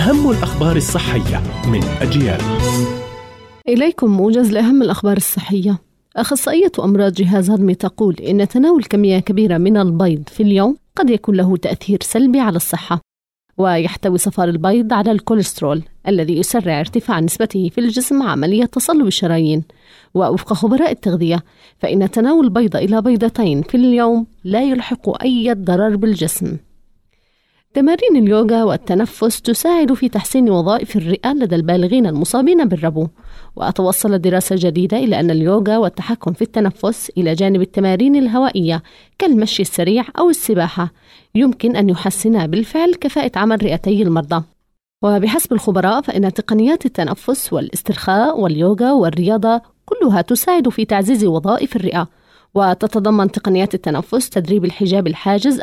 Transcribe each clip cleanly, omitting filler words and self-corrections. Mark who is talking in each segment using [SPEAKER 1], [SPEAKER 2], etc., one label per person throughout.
[SPEAKER 1] أهم الأخبار الصحية من أجيال.
[SPEAKER 2] إليكم موجز لأهم الأخبار الصحية. أخصائية أمراض جهاز هضمي تقول إن تناول كمية كبيرة من البيض في اليوم قد يكون له تأثير سلبي على الصحة. ويحتوي صفار البيض على الكوليسترول الذي يسرع ارتفاع نسبته في الجسم عملية تصلب الشرايين. ووفق خبراء التغذية فإن تناول بيضة إلى بيضتين في اليوم لا يلحق أي ضرر بالجسم. تمارين اليوغا والتنفس تساعد في تحسين وظائف الرئة لدى البالغين المصابين بالربو. وتوصلت دراسة جديدة إلى أن اليوغا والتحكم في التنفس إلى جانب التمارين الهوائية كالمشي السريع أو السباحة يمكن أن يحسن بالفعل كفاءة عمل رئتي المرضى. وبحسب الخبراء فإن تقنيات التنفس والاسترخاء واليوغا والرياضة كلها تساعد في تعزيز وظائف الرئة. وتتضمن تقنيات التنفس تدريب الحجاب الحاجز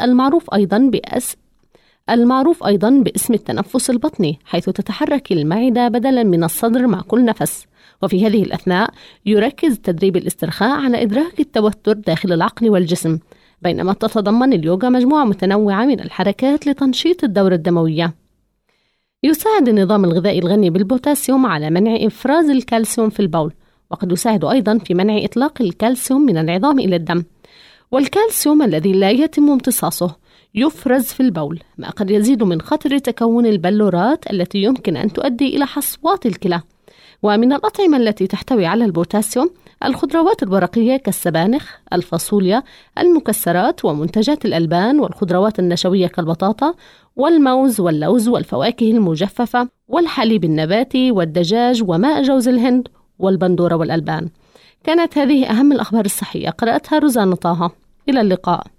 [SPEAKER 2] المعروف أيضاً باسم التنفس البطني، حيث تتحرك المعدة بدلاً من الصدر مع كل نفس. وفي هذه الأثناء يركز تدريب الاسترخاء على إدراك التوتر داخل العقل والجسم، بينما تتضمن اليوغا مجموعة متنوعة من الحركات لتنشيط الدورة الدموية. يساعد النظام الغذائي الغني بالبوتاسيوم على منع إفراز الكالسيوم في البول، وقد يساعد أيضاً في منع إطلاق الكالسيوم من العظام إلى الدم. والكالسيوم الذي لا يتم امتصاصه يفرز في البول، ما قد يزيد من خطر تكون البلورات التي يمكن أن تؤدي إلى حصوات الكلى. ومن الأطعمة التي تحتوي على البوتاسيوم الخضروات الورقية كالسبانخ، الفاصوليا، المكسرات ومنتجات الألبان، والخضروات النشوية كالبطاطا والموز واللوز والفواكه المجففة والحليب النباتي والدجاج وماء جوز الهند والبندورة والألبان. كانت هذه أهم الأخبار الصحية، قرأتها روزانا طه. إلى اللقاء.